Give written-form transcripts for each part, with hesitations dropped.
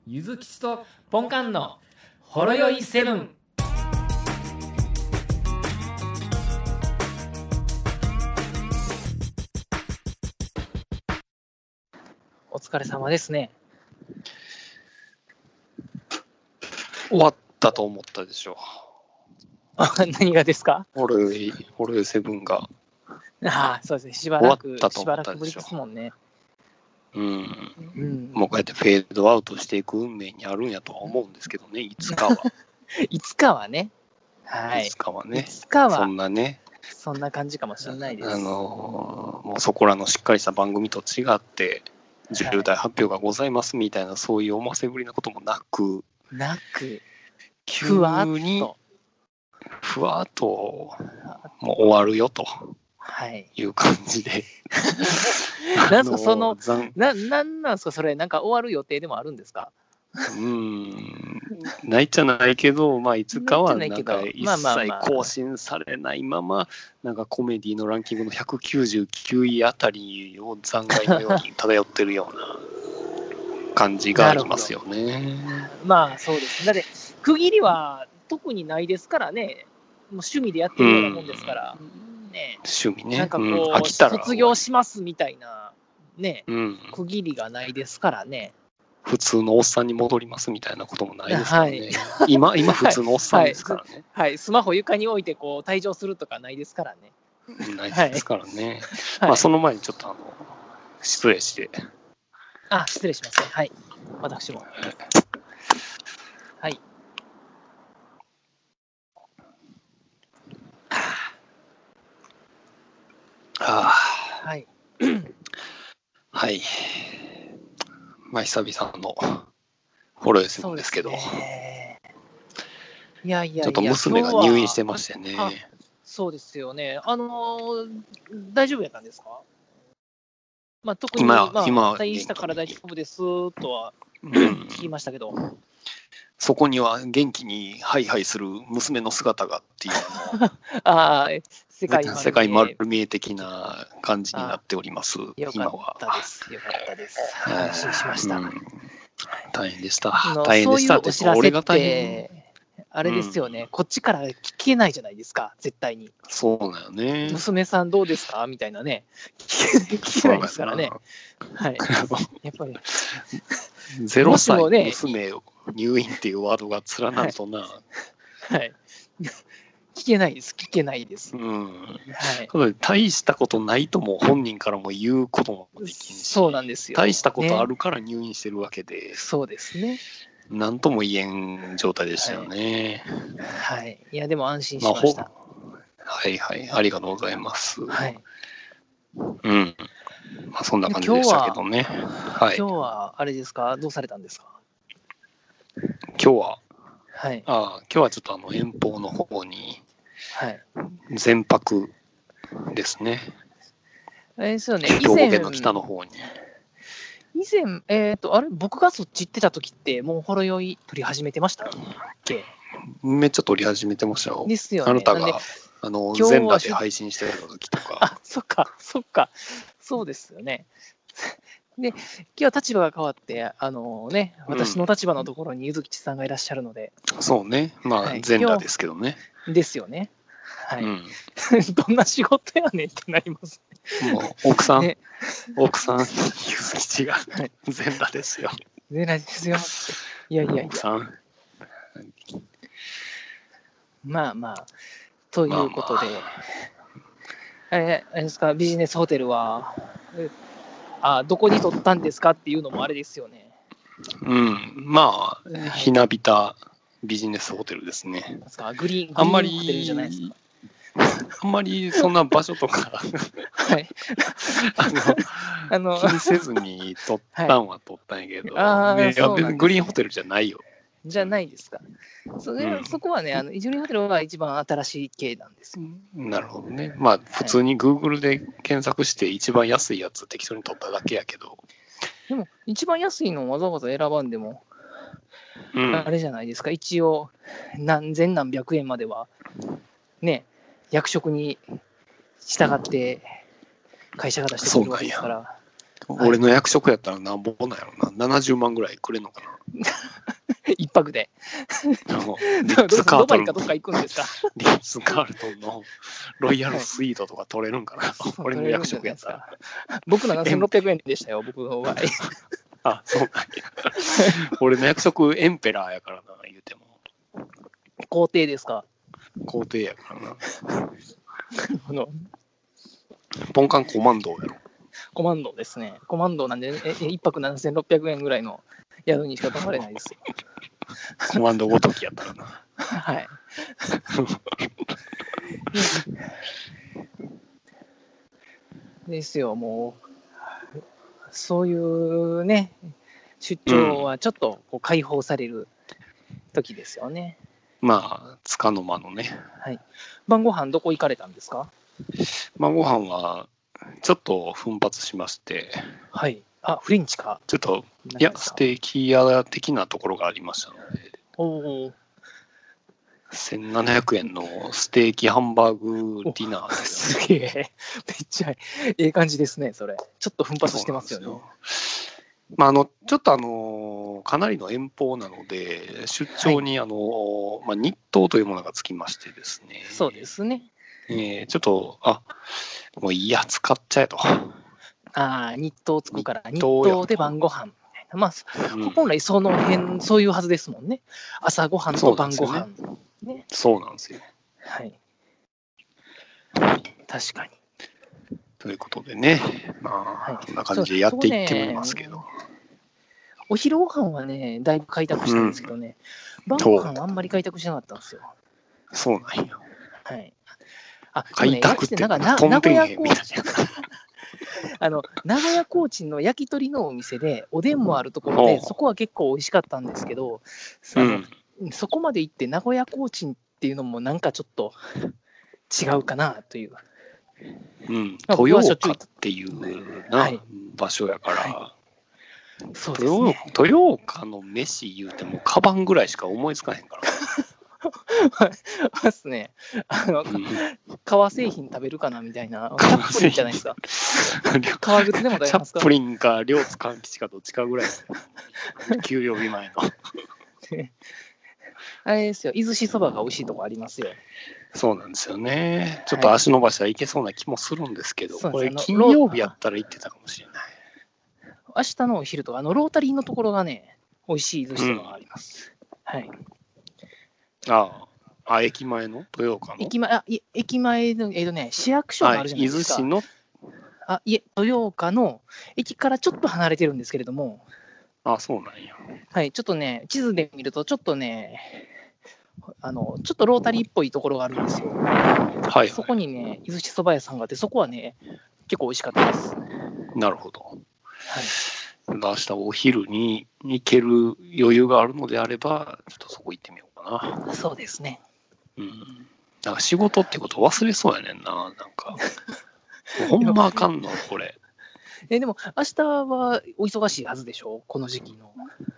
ゆずきちとポンカンのほろよいセブン。 お疲れ様ですね。 終わったと思ったでしょ。 何がですか？ ホロヨイセブンが。 ああ、そうですね。しばらく終わったと思ったでしょぶりですもんね。 うん。 うん。 もうこうやってフェードアウトしていく運命にあるんやとは思うんですけどね、いつかは。 いつかはね。はい。 いつかはね。 いつかはそんなね、 そんな感じかもしれないです。 もうそこらのしっかりした番組と違って、重大発表がございますみたいな、そういう思わせぶりなこともなく、 急ふわっと、もう終わるよという感じで。 なんすか、その、なんですか、それ、なんか終わる予定でもあるんですか？ ないっちゃないけど、まあ、いつかはなんか一まあ切更新されないまま、なんかコメディのランキングの199位あたりを残骸のように漂ってるような感じがありますよね。 まあそうですね。だって区切りは特にないですからね。もう趣味でやってるようなもんですから。ね、 趣味ね。 なんかこう、 飽きたら卒業しますみたいな、ね、区切りがないですからね。 普通のおっさんに戻りますみたいなこともないですからね。今普通のおっさんですからね。 はい、スマホ床に置いてこう退場するとかないですからね。 ないですからね。まあその前にちょっと失礼して。 失礼します。はい。私も。はい。はい。 はい。まあ久々のホロヨイセブンですけど。 いや、 ちょっと娘が入院してましてね。 そうですよね。大丈夫やったんですか？まあ、特に今退院したから大丈夫ですとは聞きましたけど、 そこには元気にハイハイする娘の姿がっていう世界丸見え的な感じになっております。今は。 よかったです。安心しました。 大変でした。大変でした。 そういうお知らせってあれですよね、こっちから聞けないじゃないですか、絶対に。 そうだよね。 娘さんどうですかみたいなね、聞けないですからね。はい。やっぱり。 0歳の娘入院っていうワードが連なるとな。 はい。聞けないです。 大したことないとも本人からも言うこともできんし。 そうなんですよ。 大したことあるから入院してるわけで。 そうですね。 なんとも言えん状態でしたよね。 はい。いや、でも安心しました。 はいはい。ありがとうございます。 はい。 まあそんな感じでしたけどね。 今日はあれですか？どうされたんですか？ 今日は今日はちょっと遠方の方に、全泊ですね。 あれですよね。 兵庫県の北の方に。 以前、僕がそっち行ってた時って、もうほろ酔い撮り始めてましたっけ？ めっちゃ撮り始めてましたよ。 ですよね。 あなたが全裸で配信してた時とか。 そっか。そうですよね。で、今日は立場が変わって、私の立場のところにゆずきちさんがいらっしゃるので。 そうね。まあ、全裸ですけどね。 ですよね。はい。どんな仕事やねんってなりますね。もう、奥さん、ゆずきちが全裸ですよ。 全裸ですよ。いや。 奥さん。 まあ、ということで、あれですか、ビジネスホテルは、どこに取ったんですかっていうのもあれですよね。 まあ、ひなびたビジネスホテルですね。 グリーンホテルじゃないですか。 あんまりそんな場所とか気にせずに取ったんは取ったんやけど、グリーンホテルじゃないよ。 じゃないですか。そこはね、イジュリーホテルが一番新しい系なんですよ。 なるほどね。まあ、普通に Google で検索して一番安いやつ適当に取っただけやけど。 でも、一番安いのをわざわざ選ばんでも、あれじゃないですか。一応、何千何百円までは、ね、役職に従って会社が出してくるわけですから。 俺の役職やったらなんぼなんやろな。70万ぐらいくれんのか一泊で。 な。 ドバイかどっか行くんですか？ リッツ・カールトンのロイヤルスイートとか取れるんかな。俺の役職やったら。 僕7600円でしたよ、僕の場合。 あ、そうなんや。俺の役職エンペラーやからな、言うても。 皇帝ですか？ 皇帝やからな。 のポンカンコマンドやろ。 コマンドですね。コマンドなんで、一泊7600円ぐらいの宿にしか泊まれないですよ。 コマンドごときやったらな。 はい。ですよ、もう、そういうね、出張はちょっとこう解放される時ですよね。 まあ、つかの間のね。 はい。晩ご飯どこ行かれたんですか？ 晩ご飯は、ちょっと奮発しまして、 はい。あ、フレンチか。 ちょっと、いや、ステーキ屋的なところがありましたので、 おお。 1700円のステーキハンバーグディナーですよ。 すげえ。めっちゃええ感じですね、それ。ちょっと奮発してますよね。 まあ、ちょっとかなりの遠方なので、出張にまあ、日当というものがつきましてですね。 そうですね。 ちょっと、もういいや、使っちゃえと。 ああ、日当つくから、日日当や当で晩ご飯みたいな。まあ、 うん本来そういうはずですもんね。朝ごはんと晩ご飯。ね。 そうなんですよ。 はい。確かに。 ということでね、まあ、こんな感じでやっていってみますけど。 お昼ご飯はね、だいぶ開拓したんですけどね、晩ご飯はあんまり開拓しなかったんですよ。 そうなんや。 はい。 開拓ってなんかトンテン名ヘンみたい古屋コーチンの焼き鳥のお店で、おでんもあるところで、そこは結構美味しかったんですけど、そこまで行って名古屋コーチンっていうのもなんかちょっと違うかなという。 豊岡っていうな、場所やから、 そうですね、 豊岡の飯言うてもカバンぐらいしか思いつかへんから。 ますね。革製品食べるかなみたいな。チャップリンじゃないですか。革靴でも食べますか？ チャップリンか両津勘吉かどっちかぐらい。給料日前の。 あれですよ、伊豆しそばが美味しいとこありますよ。 そうなんですよね。ちょっと足伸ばしたらいけそうな気もするんですけど、 はい、 これ金曜日やったら行ってたかもしれない。 明日のお昼とか、ロータリーのところがね、美味しい伊豆しそばがあります。はい。 駅前の豊岡の駅前の、市役所があるじゃないですか。 伊豆市の豊岡の駅からちょっと離れてるんですけれども。 そうなんや。 はい、ちょっとね、地図で見ると、ちょっとね、ちょっとロータリーっぽいところがあるんですよ。 はい。 そこにね、伊豆しそば屋さんがあって、そこはね、結構美味しかったです。 なるほど。 はい。 明日お昼に行ける余裕があるのであれば、ちょっとそこ行ってみようかな。 そうですね。 なんか仕事ってこと忘れそうやねんな、なんか。ほんまあかんの、これ。 でも、明日はお忙しいはずでしょ、この時期の。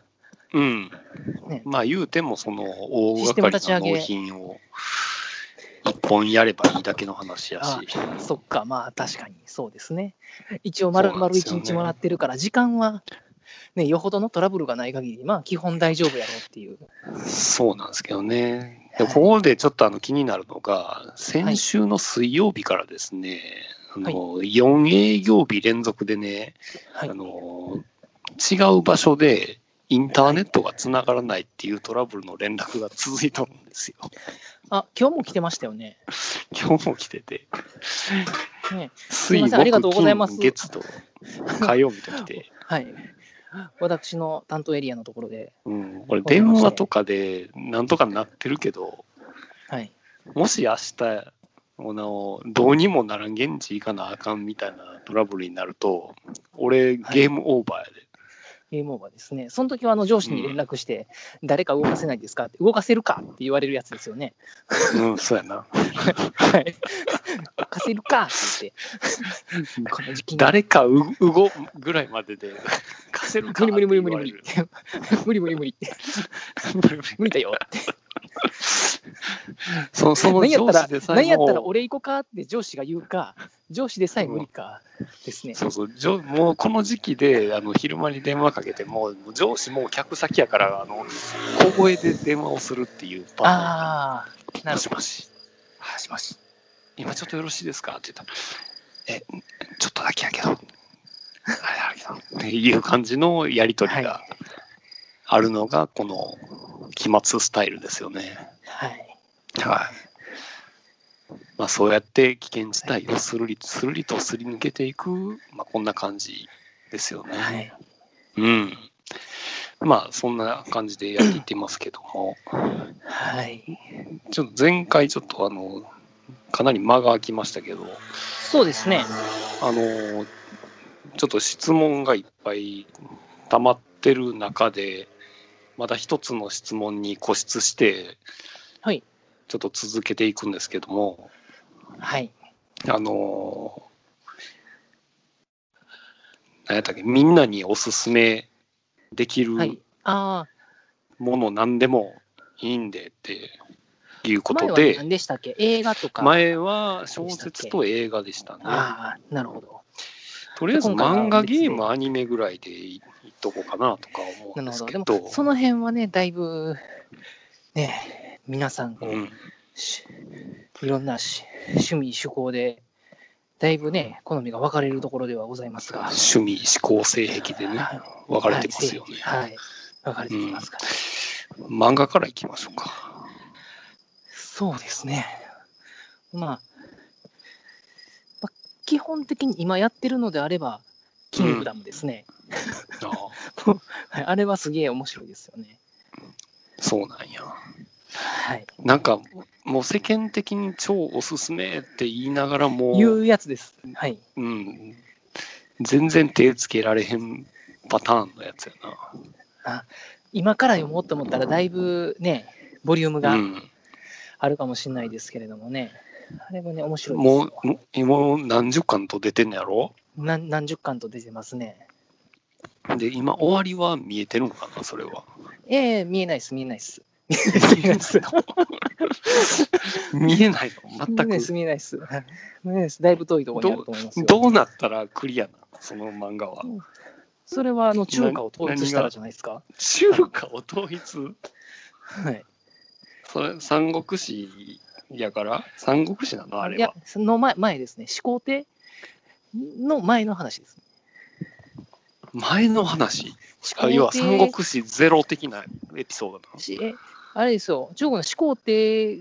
ね、まあ言うても、その大掛かりな納品を一本やればいいだけの話やし。 そっか、まあ確かにそうですね。一応丸々1日もらってるから、時間は、ね、よほどのトラブルがない限り、まあ基本大丈夫やろうっていう。 そうなんですけどね。でここでちょっと気になるのが、先週の水曜日からですね、4営業日連続でね、違う場所でインターネットがつながらないっていうトラブルの連絡が続いとるんですよ。 今日も来てましたよね。 今日も来てて。 すいません、ありがとうございます。 月と火曜日と来て。 はい。私の担当エリアのところで。 これ電話とかでなんとかなってるけど、もし明日、どうにもならん現地行かなあかんみたいなトラブルになると、俺、ゲームオーバーやで。 ゲームオーバーですね。その時は上司に連絡して、誰か動かせないですかって、動かせるかって言われるやつですよね。 そうやな。 はい。動かせるかって言って、この時期に。 誰か動ぐらいまでで、貸せるか無理。無理無理って。無理だよって。 その上司でさ何えも、 やったら俺行こうかって上司が言うか、上司でさえ無理かですね。 そうそう、もうこの時期で昼間に電話かけても、上司も客先やから、小声で電話をするっていうパターン。 ああ、なるほど。 もしもし、もしもし、今ちょっとよろしいですかって言ったら、ちょっとだけやけど、あれだけど、っていう感じのやりとりがあるのが、この期末スタイルですよね。 はい。 はい。まあ、そうやって危険地帯をスルリとすり抜けていく、まあ、こんな感じですよね。 はい。 うん。まあ、そんな感じでやっていってますけども、 はい。 ちょっと前回ちょっとかなり間が空きましたけど、 そうですね。 ちょっと質問がいっぱい溜まってる中で、まだ一つの質問に固執して、 はい。 ちょっと続けていくんですけども、 はい。 何やったっけ、みんなにおすすめできるもの何でもいいんでっていうことで、 前は何でしたっけ？映画とか。 前は小説と映画でしたね。 ああ、なるほど。 とりあえず漫画、ゲーム、アニメぐらいでいっとこうかなとか思うんですけど。 でもその辺はね、だいぶね、皆さんこう、いろんな趣味趣向でだいぶね、好みが分かれるところではございますが。 趣味、思考、性癖でね、分かれてますよね。 はい。分かれてきますから。 漫画からいきましょうか。 そうですね。まあ、基本的に今やってるのであれば、キングダムですね。あれはすげえ面白いですよね。 そうなんや。 はい。 なんか、もう世間的に超おすすめって言いながらも、 言うやつです。はい。 うん。全然手つけられへんパターンのやつやな。 今から読もうと思ったら、だいぶね、ボリュームがあるかもしれないですけれどもね。あれもね、面白いですよ。 もう、今何十巻と出てんのやろ？ 何十巻と出てますね。 で、今、終わりは見えてるのかな、それは。 見えないです、見えないです。 見えないの全く。 見えないです。だいぶ遠いところにあると思いますよ。 どうなったらクリアなの、その漫画は。 それは中華を統一したらじゃないですか。 中華を統一？ はい。 それ、三国志やから三国志なのあれは。 いや、その前ですね。始皇帝の前の話です。 前の話？要は三国志ゼロ的なエピソードなの？ あれですよ。中国の始皇帝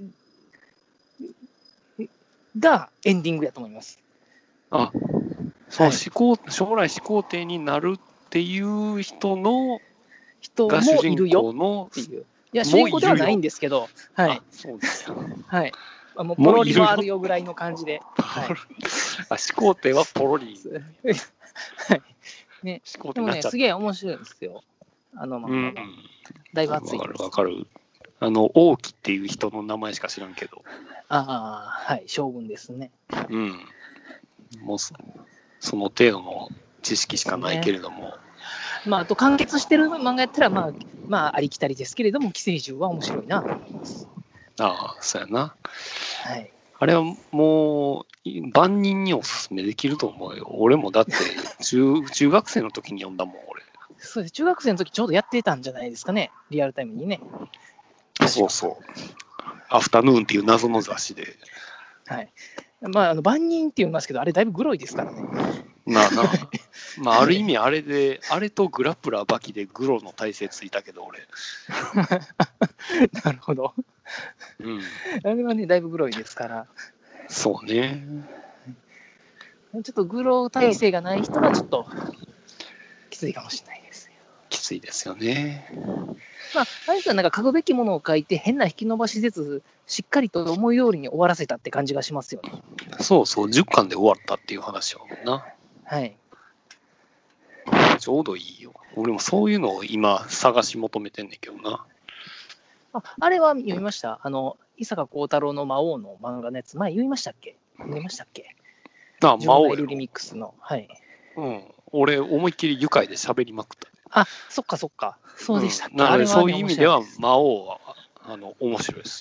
がエンディングやと思います。 あ、その将来始皇帝になるっていう人もいるよっていう。いや、主人公ではないんですけど、はい。 そうですよ。 はい。もうポロリはあるよぐらいの感じで。 始皇帝はポロリ。 はい。ね、でもね、すげえ面白いんですよ。漫画が。だいぶ熱いです。 わかる。王毅っていう人の名前しか知らんけど。 はい、将軍ですね。 うん。もうその程度の知識しかないけれども。 あと完結してる漫画やったら、ありきたりですけれども、寄生獣は面白いなと思います。 そうやな。 はい。 あれはもう、万人におすすめできると思うよ。俺もだって中学生の時に読んだもん、俺。 そうです。中学生の時ちょうどやってたんじゃないですかね。リアルタイムにね。 そうそう。アフタヌーンっていう謎の雑誌で。 はい。万人って言いますけど、あれだいぶグロいですからね。 ある意味あれとグラップラーバキでグロの体勢ついたけど、俺。 なるほど。 うん。 あれはね、だいぶグロいですから。 そうね。 ちょっとグロ体勢がない人はちょっときついかもしれないですよ。 きついですよね。 あれですはなんか書くべきものを書いて変な引き伸ばしせず、しっかりと思い通りに終わらせたって感じがしますよね。 そうそう、10巻で終わったっていう話はもんな。 はい。 ちょうどいいよ。俺もそういうのを今探し求めてんねんけどな。 あれは読みました？伊坂幸太郎の魔王の漫画のやつ、前言いましたっけ？読みましたっけ？ 魔王リミックスの。はい。 うん。俺、思いっきり愉快で喋りまくった。 そっか。そうでしたっけ？ なので、そういう意味では魔王は面白いですよ。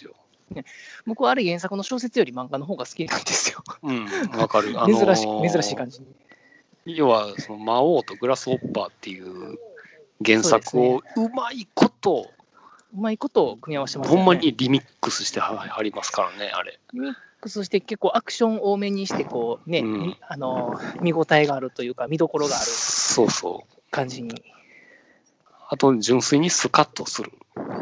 僕はあれ原作の小説より漫画の方が好きなんですよ。 うん、わかる。 珍しい感じに。 要は、その魔王とグラスホッパーっていう原作をうまいこと組み合わせてますよね。 ほんまにリミックスしてはりますからね、あれ。 リミックスして結構アクション多めにしてこうね、見応えがあるというか見どころがあるそうそう感じに。 あと純粋にスカッとする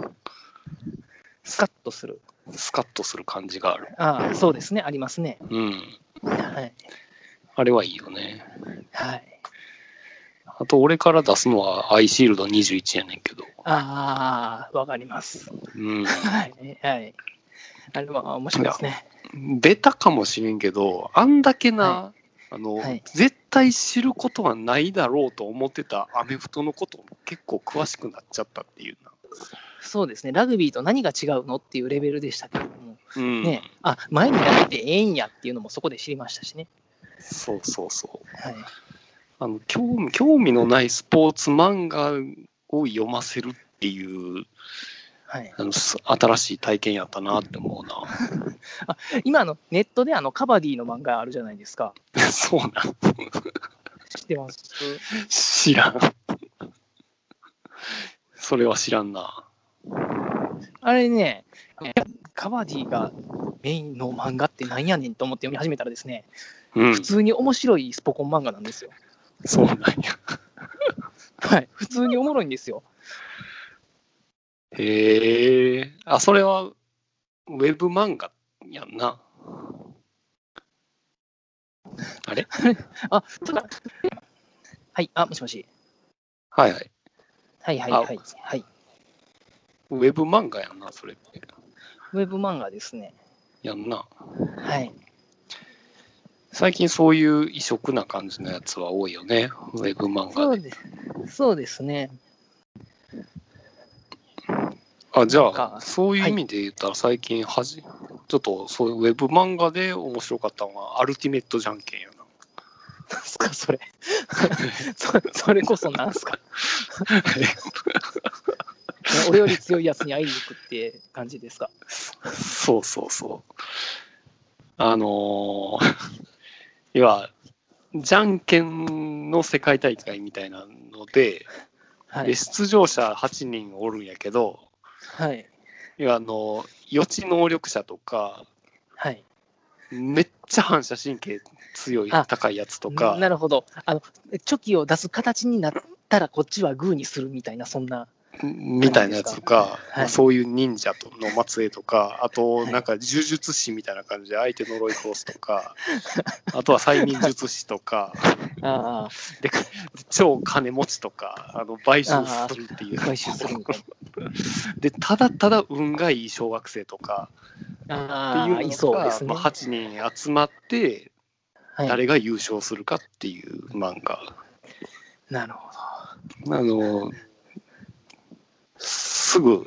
感じがある。 ああ、そうですね、ありますね。 うん。 はい。 あれはいいよね。 はい。 あと俺から出すのはアイシールド21やねんけど。 ああ、わかります。 うん。 はいはい。あれは面白いですね。 ベタかもしれんけど、あんだけな、絶対知ることはないだろうと思ってたアメフトのことを結構詳しくなっちゃったっていうな。 そうですね、ラグビーと何が違うのっていうレベルでしたけども、 ね、 前に投げてええんやっていうのもそこで知りましたしね。 そうそうそう。 はい、 興味のないスポーツ漫画を読ませるっていう、新しい体験やったなって思うな。 今ネットでカバディの漫画あるじゃないですか。 そうなん。 知ってます？ 知らん。それは知らんな。 あれね、カバディがメインの漫画ってなんやねんと思って読み始めたらですね、普通に面白いスポコン漫画なんですよ。 そうなんや。 はい、普通におもろいんですよ。 へえ。それはウェブ漫画やんな。あれはい、もしもし。 はいはい。 はい。 ウェブ漫画やんな、それって。 ウェブ漫画ですね。 やんな。 はい。 最近そういう異色な感じのやつは多いよね、ウェブ漫画で。 そうですね。 じゃあ、そういう意味で言ったら最近ちょっとそういうウェブ漫画で面白かったのはアルティメットじゃんけんやな。 なんすか、それ。それこそなんすか。俺より強いやつに会いに行くって感じですか。 そうそうそう。要は、じゃんけんの世界大会みたいなので、で出場者8人おるんやけど、要は予知能力者とか、めっちゃ反射神経強い高いやつとか。 なるほど。チョキを出す形になったらこっちはグーにするみたいな、そんな。 みたいなやつとか、そういう忍者の末裔とか、あとなんか呪術師みたいな感じで相手呪い殺すとか、あとは催眠術師とか、で超金持ちとか買収するっていう。 買収するみたいな。でただただ運がいい小学生とかっていうのが、8人集まって誰が優勝するかっていう漫画。 なるほど。すぐ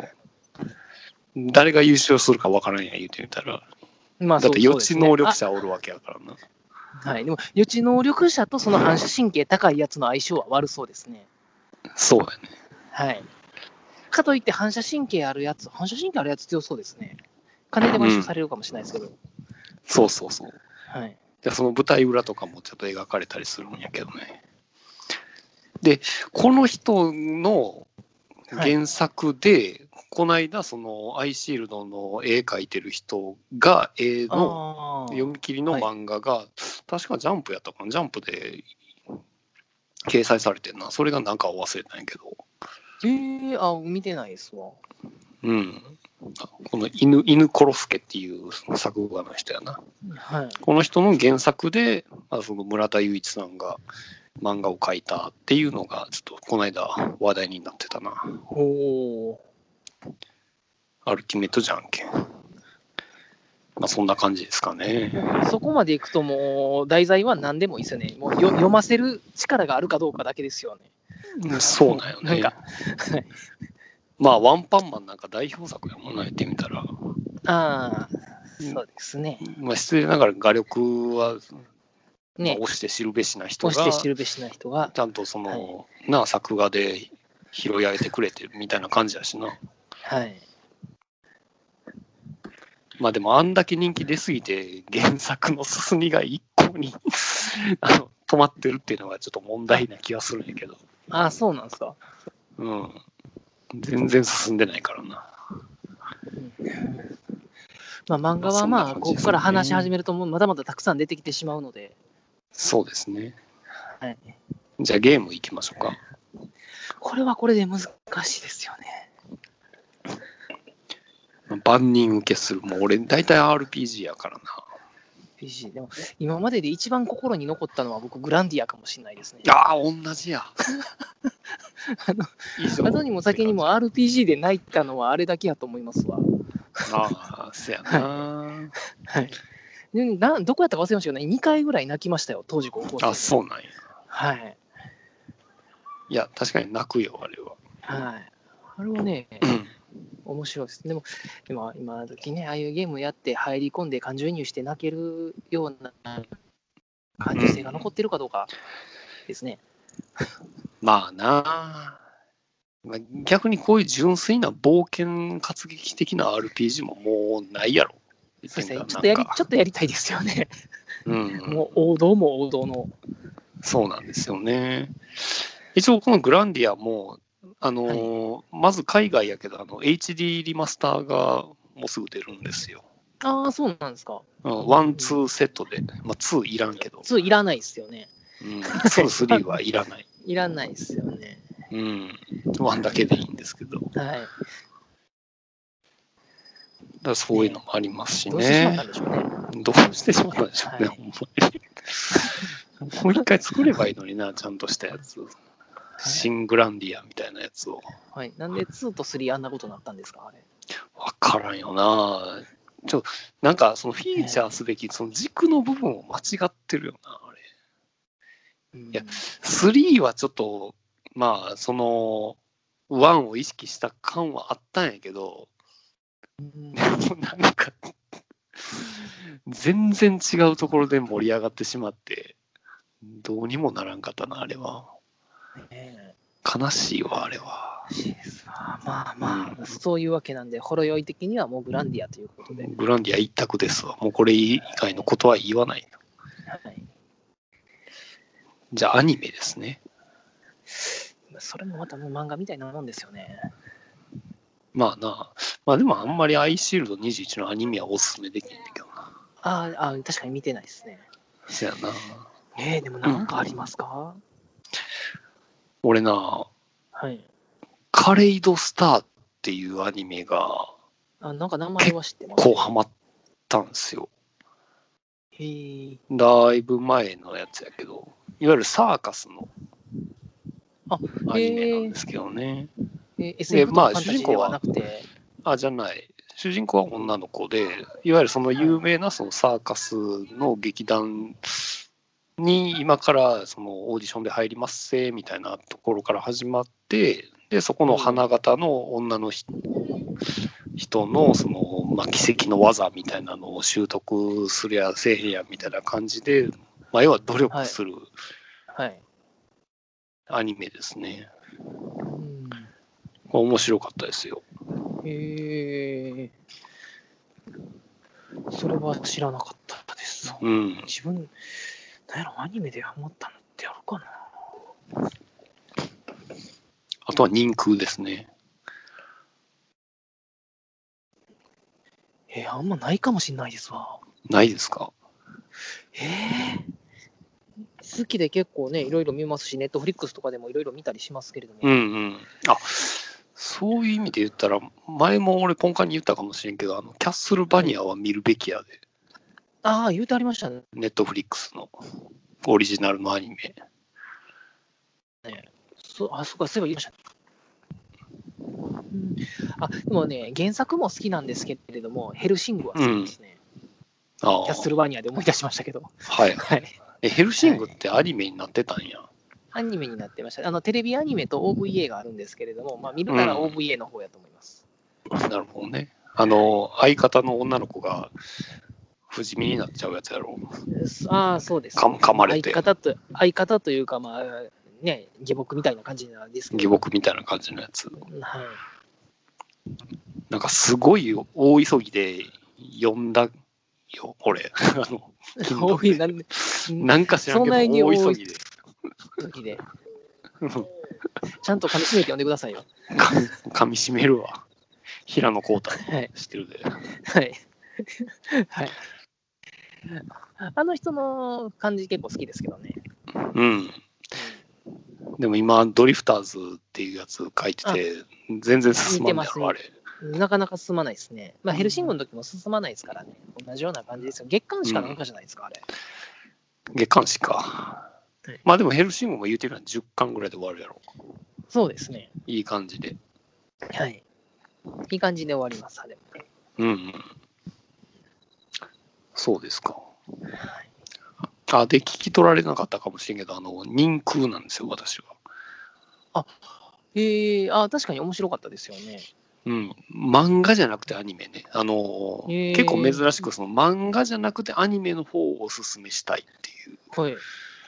誰が優勝するか分からんや言うてみたら、だって予知能力者おるわけやからな。 はい、でも予知能力者とその反射神経高いやつの相性は悪そうですね。 そうだね。 はい。かといって反射神経あるやつ強そうですね。金で買収されるかもしれないですけど。 そうそうそう。 はい。 でその舞台裏とかもちょっと描かれたりするんやけどね。でこの人の原作で、この間そのアイシールドの絵描いてる人がの読み切りの漫画が、確かジャンプやったかな、ジャンプで掲載されてるな。それがなんか忘れたんやけど。 見てないですわ。 うん。この犬コロスケっていう作画の人やな。この人の原作で、その村田雄一さんが漫画を描いたっていうのがちょっとこの間話題になってたな。アルティメットじゃんけん。そんな感じですかね。 そこまでいくともう題材は何でもいいですよね。もう読ませる力があるかどうかだけですよね。 そうだよね。ワンパンマンなんか代表作やもんな、言ってみたら。 そうですね。 失礼ながら画力は押して知るべしな人が、ちゃんとその、作画で拾い上げてくれてるみたいな感じだしな。 はい。 まあでもあんだけ人気出すぎて原作の進みが一向に止まってるっていうのがちょっと問題な気がするんやけど。 ああ、そうなんですか。 うん。全然進んでないからな。 まあ漫画はまあ、ここから話し始めるとまだまだたくさん出てきてしまうので。 そうですね。 はい。 じゃあゲームいきましょうか。 これはこれで難しいですよね。 万人受けする。もう俺大体 RPG やからな。 RPG。でも今までで一番心に残ったのは僕グランディアかもしれないですね。 ああ、同じや。 後にも先にも RPG で泣いたのはあれだけやと思いますわ。 ああ、せやな。 はい。どこやったか忘れましたけどね、2回ぐらい泣きましたよ、当時高校生。 あ、そうなんや。 はい。 いや、確かに泣くよ、あれは。 はい。あれはね、面白いです。でも、今時ね、ああいうゲームやって入り込んで感情移入して泣けるような感受性が残ってるかどうかですね。 まあな。逆にこういう純粋な冒険活劇的な RPG ももうないやろ。 そうですね、ちょっとやりたいですよね。 うん、 もう王道も王道の。 そうなんですよね。一応このグランディアも、はい、まず海外やけどHD リマスターがもうすぐ出るんですよ。 ああ、そうなんですか。 1、2セットで、まあ、2いらんけど。 2いらないですよね。 2、3はいらない。 いらないですよね。 うん。1だけでいいんですけど。 はい。 だからそういうのもありますしね。 どうしてしまったんでしょうね。 どうしてしまったんでしょうね、ほんまに。もう一回作ればいいのにな、ちゃんとしたやつ。新グランディアみたいなやつを。 はい。なんで2と3あんなことになったんですか、あれ。 わからんよな。なんかそのフィーチャーすべきその軸の部分を間違ってるよな、あれ。いや、3はちょっと、まあ、その、1を意識した感はあったんやけど、でもなんか、全然違うところで盛り上がってしまって、どうにもならんかったな、あれは。悲しいわ、あれは。 まあ、そういうわけなんで、ほろ酔い的にはもうグランディアということで。 グランディア一択ですわ。もうこれ以外のことは言わない。はい、じゃあ、アニメですね。 それもまたもう漫画みたいなもんですよね。 まあな。まあでもあんまりアイシールド21のアニメはおすすめできないんだけどな。 ああ、確かに見てないですね。 そやな。 でもなんかありますか？ 俺な、 はい。 カレイドスターっていうアニメが、 なんか名前は知ってます。 結構ハマったんですよ。だいぶ前のやつやけど、いわゆるサーカスのアニメなんですけどね。 SF とかファンタジーではなくて、 じゃない。主人公は女の子で、いわゆるその有名なそのサーカスの劇団に今からそのオーディションで入りますせみたいなところから始まって、でそこの花形の女の人のその、まあ、奇跡の技みたいなのを習得するやせえへんやみたいな感じで、まあ、要は努力するアニメですね。面白かったですよ。 それは知らなかったです。自分、なんやろ、アニメでハマったのってあるかな。 あとは人空ですね。 あんまないかもしれないですわ。 ないですか？ 好きで結構ね、いろいろ見ますし、ネットフリックスとかでもいろいろ見たりしますけれども。 そういう意味で言ったら、前も俺ポンカンに言ったかもしれんけど、キャッスルバニアは見るべきやで。 言うてありましたね。 ネットフリックスのオリジナルのアニメ。 そういえば言いましたね。でもね、原作も好きなんですけれども、ヘルシングは好きですね。キャッスルバニアで思い出しましたけど。ヘルシングってアニメになってたんや。 アニメになってました。テレビアニメと OVA があるんですけれども、まあ、見るなら OVA の方やと思います。 なるほどね。相方の女の子が不死身になっちゃうやつやろ。 そうです、 ね。噛まれて。 相方というか、まあ、ね、下僕みたいな感じなんですけど。 下僕みたいな感じのやつ。なんかすごい大急ぎで読んだよ、俺。 多い、 なんか知らんけど、 そんなに大急ぎで。 時で。ちゃんと噛み締めて読んでくださいよ。 噛み締めるわ。平野幸太知ってるで。 はい。はい。あの人の感じ結構好きですけどね。 うん。でも今、ドリフターズっていうやつ書いてて、全然進まないやろ、あれ。 なかなか進まないですね。まあ、ヘルシングの時も進まないですからね。同じような感じですよ。月刊誌かなんかじゃないですか、あれ。 月刊誌か。まあでもヘルシングも言うてるのは10巻ぐらいで終わるやろ。 そうですね。 いい感じで。 はい。いい感じで終わります、でも。 うん。そうですか。あ、で、聞き取られなかったかもしれんけど、人空なんですよ、私は。 確かに面白かったですよね。 うん。漫画じゃなくてアニメね。結構珍しく、その漫画じゃなくてアニメの方をおすすめしたいっていう。 はい。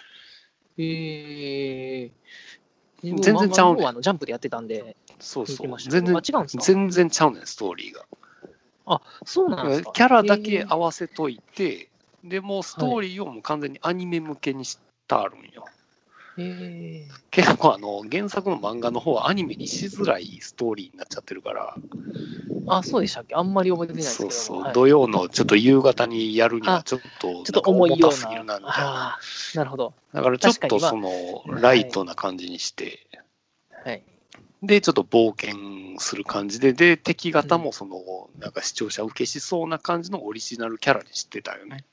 全然ちゃうねん。ジャンプでやってたんで。 そうそう。 違うんですか？ 全然ちゃうねん、ストーリーが。 あ、そうなんですか。 キャラだけ合わせといて、でもストーリーをもう完全にアニメ向けにしてあるんよ。結構原作の漫画の方はアニメにしづらいストーリーになっちゃってるから。 あ、そうでしたっけ？あんまり覚えてないですけど。 そうそう、土曜のちょっと夕方にやるにはちょっと重いような。 すぎるなみたいな。 なるほど。 だからちょっとライトな感じにして、 はい。 で、ちょっと冒険する感じで、敵方もなんか視聴者受けしそうな感じのオリジナルキャラにしてたよね。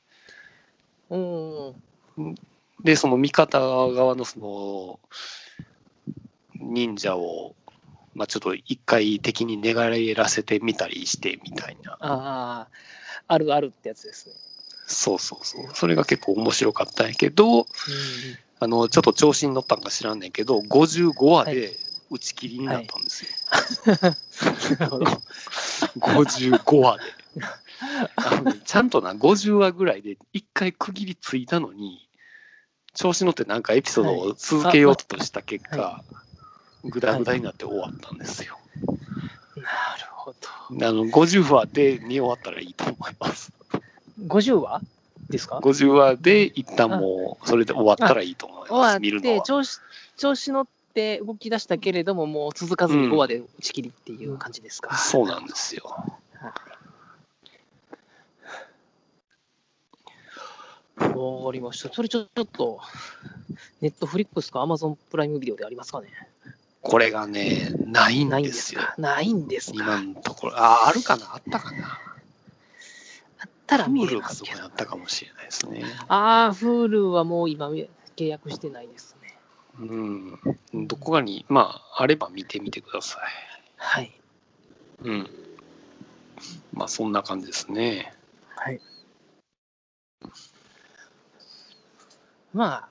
で、その味方側の忍者を、まあちょっと一回敵に寝返らせてみたりしてみたいな。 あるあるってやつですね。 そう。それが結構面白かったんやけど、ちょっと調子に乗ったんか知らんねんけど、55話で打ち切りになったんですよ。なるほど。55話で。ちゃんと50話ぐらいで一回区切りついたのに、調子乗ってなんかエピソードを続けようとした結果、グダグダになって終わったんですよ。 なるほど。 50話で見終わったらいいと思います。 50話ですか ？50話で一旦もうそれで終わったらいいと思います。 終わって調子乗って動き出したけれども、もう続かずに5話で打ち切りっていう感じですか？ そうなんですよ。 わかりました。それちょっと、ネットフリックスかアマゾンプライムビデオでありますかね？ これがね、ないんですよ。 ないんですか？ 今のところ。あるかな？あったかな？ あったら見れるかどこにあったかもしれないですね。 Hulu はもう今契約してないですね。 どこかに、まあ、あれば見てみてください。 はい。 まあ、そんな感じですね。 はい。まあ、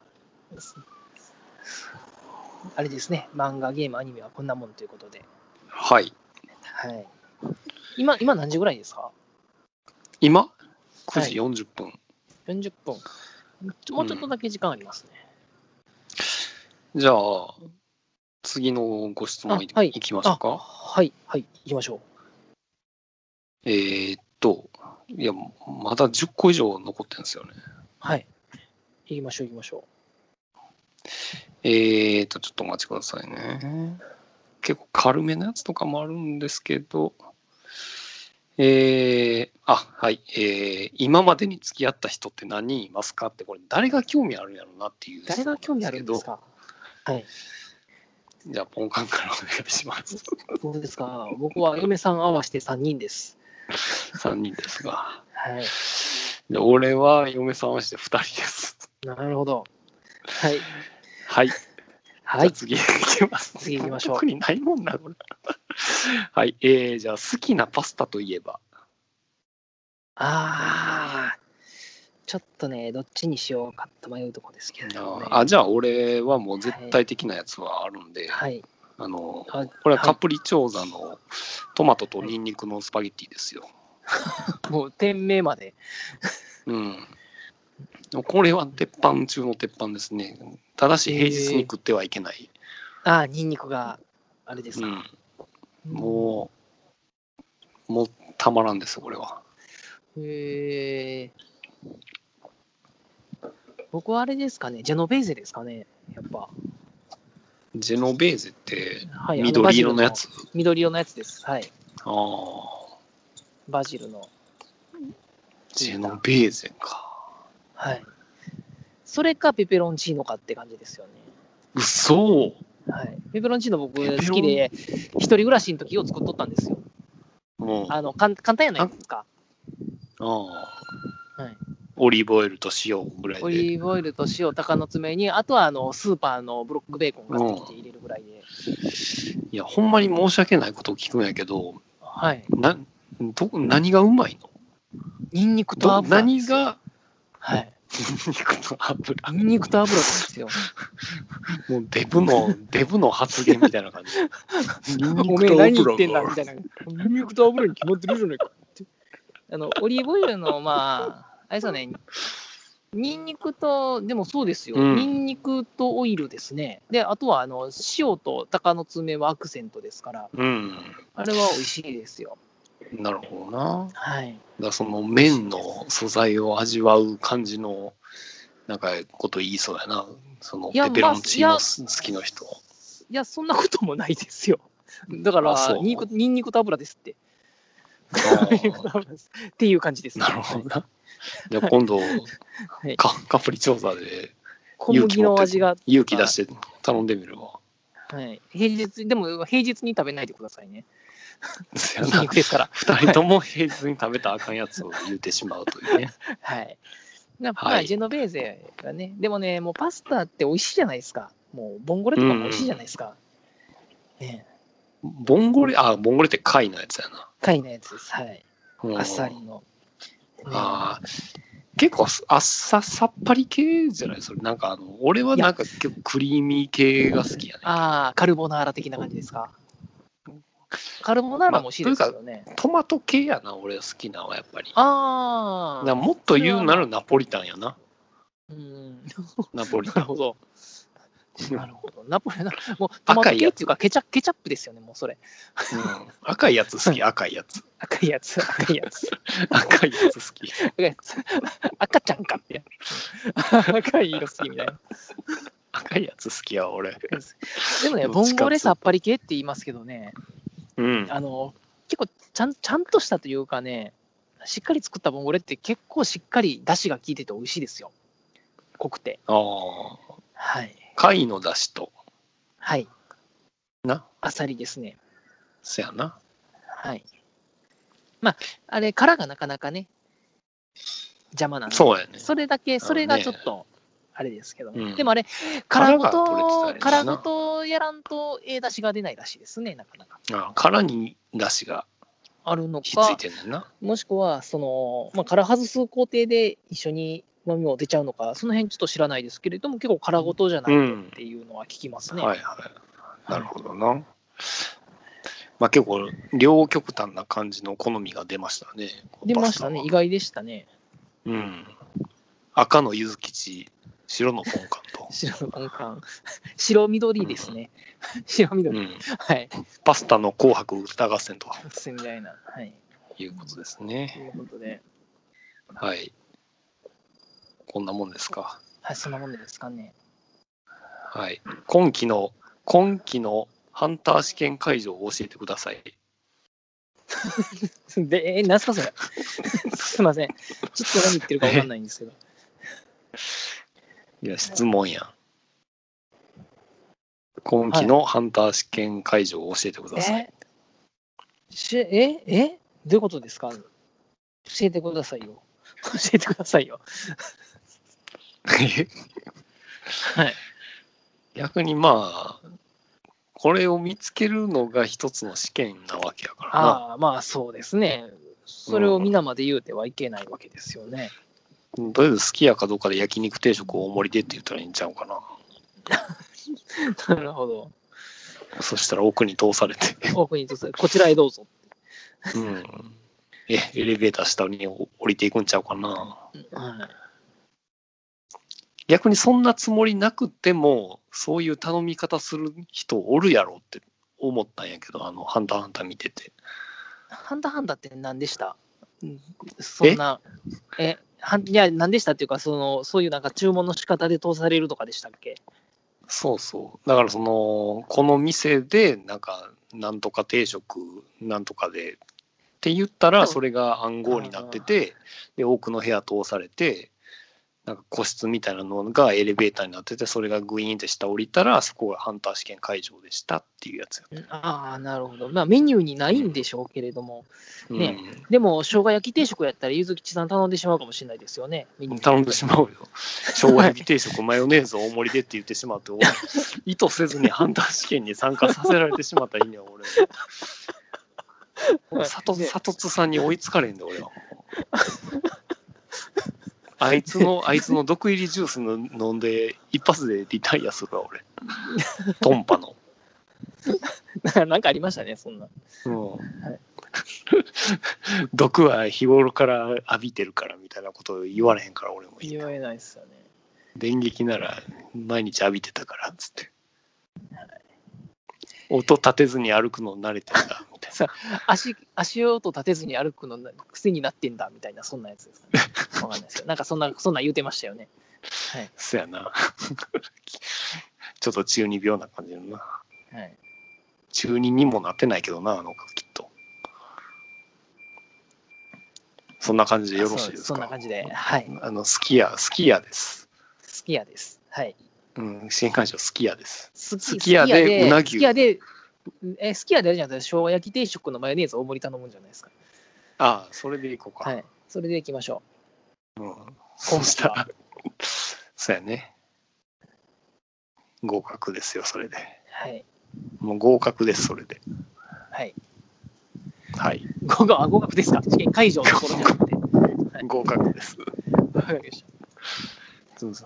あれですね、漫画、ゲーム、アニメはこんなもんということで。 はい。 今何時ぐらいですか？ 今 ?9 時40分。 40分。もうちょっとだけ時間ありますね。 じゃあ、次のご質問いきましょうか。 はい、行きましょう。いや、まだ10個以上残ってるんですよね。 はい。行きましょう。 ちょっとお待ちくださいね。結構軽めのやつとかもあるんですけど、はい。今までに付き合った人って何人いますかって、これ誰が興味あるんやろうなっていう。 誰が興味あるんですか？はい。 じゃあ、ポンカンからお願いします。 そうですか。僕は嫁さん合わせて3人です。 3人ですが。 はい。 で俺は嫁さん合わせて2人です。 なるほど。はい。 はい。じゃあ次行きます。 次行きましょう。 特にないもんな、これ。はい。じゃあ、好きなパスタといえば。 ちょっとね、どっちにしようかと迷うとこですけど、ね。 じゃあ、俺はもう絶対的なやつはあるんで、 はい。 これはカプリチョーザのトマトとニンニクのスパゲッティですよ。 もう店名まで。 これは鉄板中の鉄板ですね。ただし平日に食ってはいけない。 ニンニクがあれですか。 もうたまらんですよ、これは。 へえ。僕はあれですかね、ジェノベーゼですかね、やっぱ。 ジェノベーゼってはい、 緑色のやつ？ 緑色のやつです。はい。 ああ。 バジルの。 ジェノベーゼか。 はい。それかペペロンチーノかって感じですよね。 嘘。 はい。ペペロンチーノ僕好きで、一人暮らしの時を作っとったんですよ。簡単やないですか。 はい。 オリーブオイルと塩ぐらいで。 オリーブオイルと塩、鷹の爪に、あとはスーパーのブロックベーコン買ってきて入れるぐらいで。 いや、ほんまに申し訳ないことを聞くんやけど、 はい。 何がうまいの？ ニンニクと油。 何が？ はい。 ニンニクと油。 ニンニクと油ですよ。 もうデブの発言みたいな感じ。 ニンニクと油。おめえ何言ってんだみたいな。ニンニクと油に決まってるじゃないかって。オリーブオイルの、あれですよね。ニンニクと、でもそうですよ。ニンニクとオイルですね。で、あとは塩と鷹の爪はアクセントですから、あれは美味しいですよ。 なるほどな。 はい。 だその麺の素材を味わう感じのなんかこと言いそうやな。そのペペロンチーノ好きの人。 いや、そんなこともないですよ。だから、ニンニクと油ですって。っていう感じです、 ね。なるほどな。じゃあ今度、はい、カプリ調査で小麦の味が勇気出して頼んでみるわ。 はい。でも平日に食べないでくださいね。ニンニクですから。 2人とも平日に食べたらあかんやつを言うてしまうというね。 はい。ジェノベーゼがね、でもね、もうパスタって美味しいじゃないですか。もうボンゴレとかも美味しいじゃないですか。ね、 ボンゴレって貝のやつやな。 貝のやつです。はい。あっさりの。 結構さっぱり系じゃないそれ。なんか俺はなんか結構クリーミー系が好きやね。 カルボナーラ的な感じですか。カルボナーラも美味しいですよね。 トマト系やな、俺好きなのはやっぱり。 もっと言うならナポリタンやな。 ナポリタン。なるほど。なるほど。ナポリタン、もうトマト系っていうかケチャップですよね、もうそれ。 赤いやつ好き、赤いやつ。 赤いやつ好き。赤ちゃんかって。赤い色好きみたいな。 赤いやつ好きや、俺。 でもね、ボンゴレさっぱり系って言いますけどね、結構ちゃんとしたというかね、しっかり作ったボンゴレって結構しっかり出汁が効いてて美味しいですよ。濃くて。はい。 貝の出汁と。 はい。あさりですね。 そやな。 はい。あれ、殻がなかなかね、邪魔なんで。 そうやね。 それがちょっと、あれですけどね。でもあれ、殻ごとやらんと、出汁が出ないらしいですね、なかなか。 殻に出汁があるのか、 ひっついてんねんな。 もしくは、殻外す工程で一緒に旨味も出ちゃうのか、その辺ちょっと知らないですけれども、結構殻ごとじゃないとっていうのは聞きますね。 はいはい。なるほどな。結構両極端な感じの好みが出ましたね。 出ましたね。意外でしたね。 赤のゆずきち、白のポンカンと。 白のポンカン。白緑ですね。白緑。はい。 パスタの紅白歌合戦と。 みたいな。はい。 いうことですね。 ということで。 はい。こんなもんですか。 はい、そんなもんですかね。 はい。今期のハンター試験会場を教えてください。 で、何すかそれ。すいません。ちょっと何言ってるか分かんないんですけど。 いや、質問やん。今期のハンター試験会場を教えてください。 どういうことですか？教えてくださいよ。教えてくださいよ。はい。 逆にこれを見つけるのが一つの試験なわけやからな。 そうですね。それを皆まで言うてはいけないわけですよね。 とりあえず好きやかどうかで焼肉定食を大盛りでって言ったらいいんちゃうかな。 なるほど。 そしたら奥に通されて。 こちらへどうぞ。 エレベーター下に降りていくんちゃうかな。逆にそんなつもりなくても、そういう頼み方する人おるやろって思ったんやけど、ハンターハンター見てて。 ハンターハンターって何でした？ そんな、いや、何でしたっていうか、そういうなんか注文の仕方で通されるとかでしたっけ？ そうそう。だからこの店で、なんとか定食、なんとかで、って言ったら、それが暗号になってて、で、奥の部屋通されて、なんか個室みたいなのがエレベーターになってて、それがグイーンって下降りたら、そこがハンター試験会場でしたっていうやつや。 ああ、なるほど。まあ、メニューにないんでしょうけれども、ね、 うん、 でも、生姜焼き定食やったら、ゆずきちさん頼んでしまうかもしれないですよね。 頼んでしまうよ。生姜焼き定食、マヨネーズ大盛りでって言ってしまって、意図せずにハンター試験に参加させられてしまったらいいねよ、俺。佐津さんに追いつかれんで、俺は。あいつの毒入りジュース飲んで、一発でリタイアするわ、俺。トンパの。 なんかありましたね、そんな。 毒は日頃から浴びてるからみたいなことを言われへんから、俺も言われないですよね。 電撃なら毎日浴びてたからっつって。音立てずに歩くの慣れてんだみたいな。 足音立てずに歩くの癖になってんだみたいな、そんなやつですかね。わかんないですけど、なんかそんな言うてましたよね。はい。 そやな。ちょっと中二病な感じだな。 はい。 中二にもなってないけどな、きっと。そんな感じでよろしいですか？ そんな感じで、はい。 すき家です。 すき家です。はい。 新会場すき家です。 すき家でうなぎ。 すき家であれじゃなくて、生姜焼き定食のマヨネーズ大盛り頼むんじゃないですか。 ああ、それでいこうか。 はい。それでいきましょう。そうしたら、そうやね。合格ですよ、それで。 はい。 もう合格です、それで。 はい。 はい。 合格ですか？試験会場のところじゃなくて。 はい、合格です。 わかりました。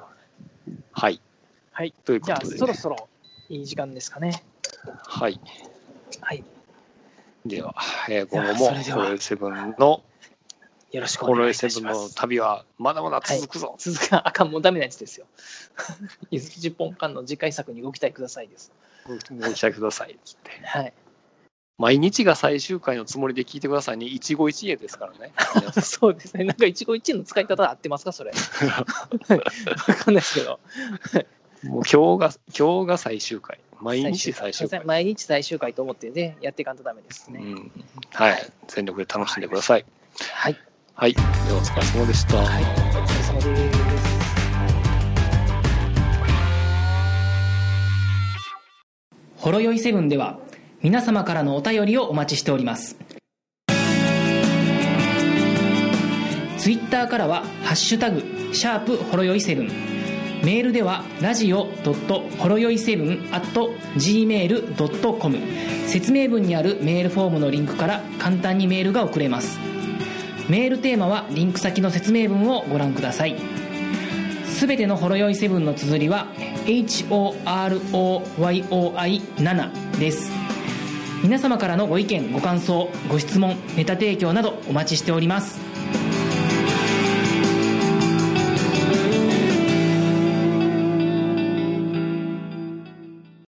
はい。 はい。 ということで、 じゃあ、そろそろいい時間ですかね。 はい。 はい。 では、今後もホロヨイセブンのよろしくお願いいたします。 ホロヨイセブンの旅はまだまだ続くぞ。 はい、続かあかん、もうダメなやつですよ。ゆずき10本間の次回作にご期待くださいです。 ご期待くださいっつって。 はい。 毎日が最終回のつもりで聞いてくださいね。一期一会ですからね。 そうですね。なんか一期一会の使い方合ってますか、それ。わかんないですけど。 もう今日が最終回。毎日最終回。 毎日最終回と思ってね、やっていかんとダメですね。 はい。全力で楽しんでください。 はい。 はい。ではお疲れ様でした。 はい。お疲れ様です。 ほろよい7では皆様からのお便りをお待ちしております。ツイッターからはハッシュタグ#ほろよい7、メールではラジオほろよい7@gmail.com、説明文にあるメールフォームのリンクから簡単にメールが送れます。メールテーマはリンク先の説明文をご覧ください。すべてのほろよい7の綴りは HOROYOI7 です。皆様からのご意見、ご感想、ご質問、ネタ提供などお待ちしております。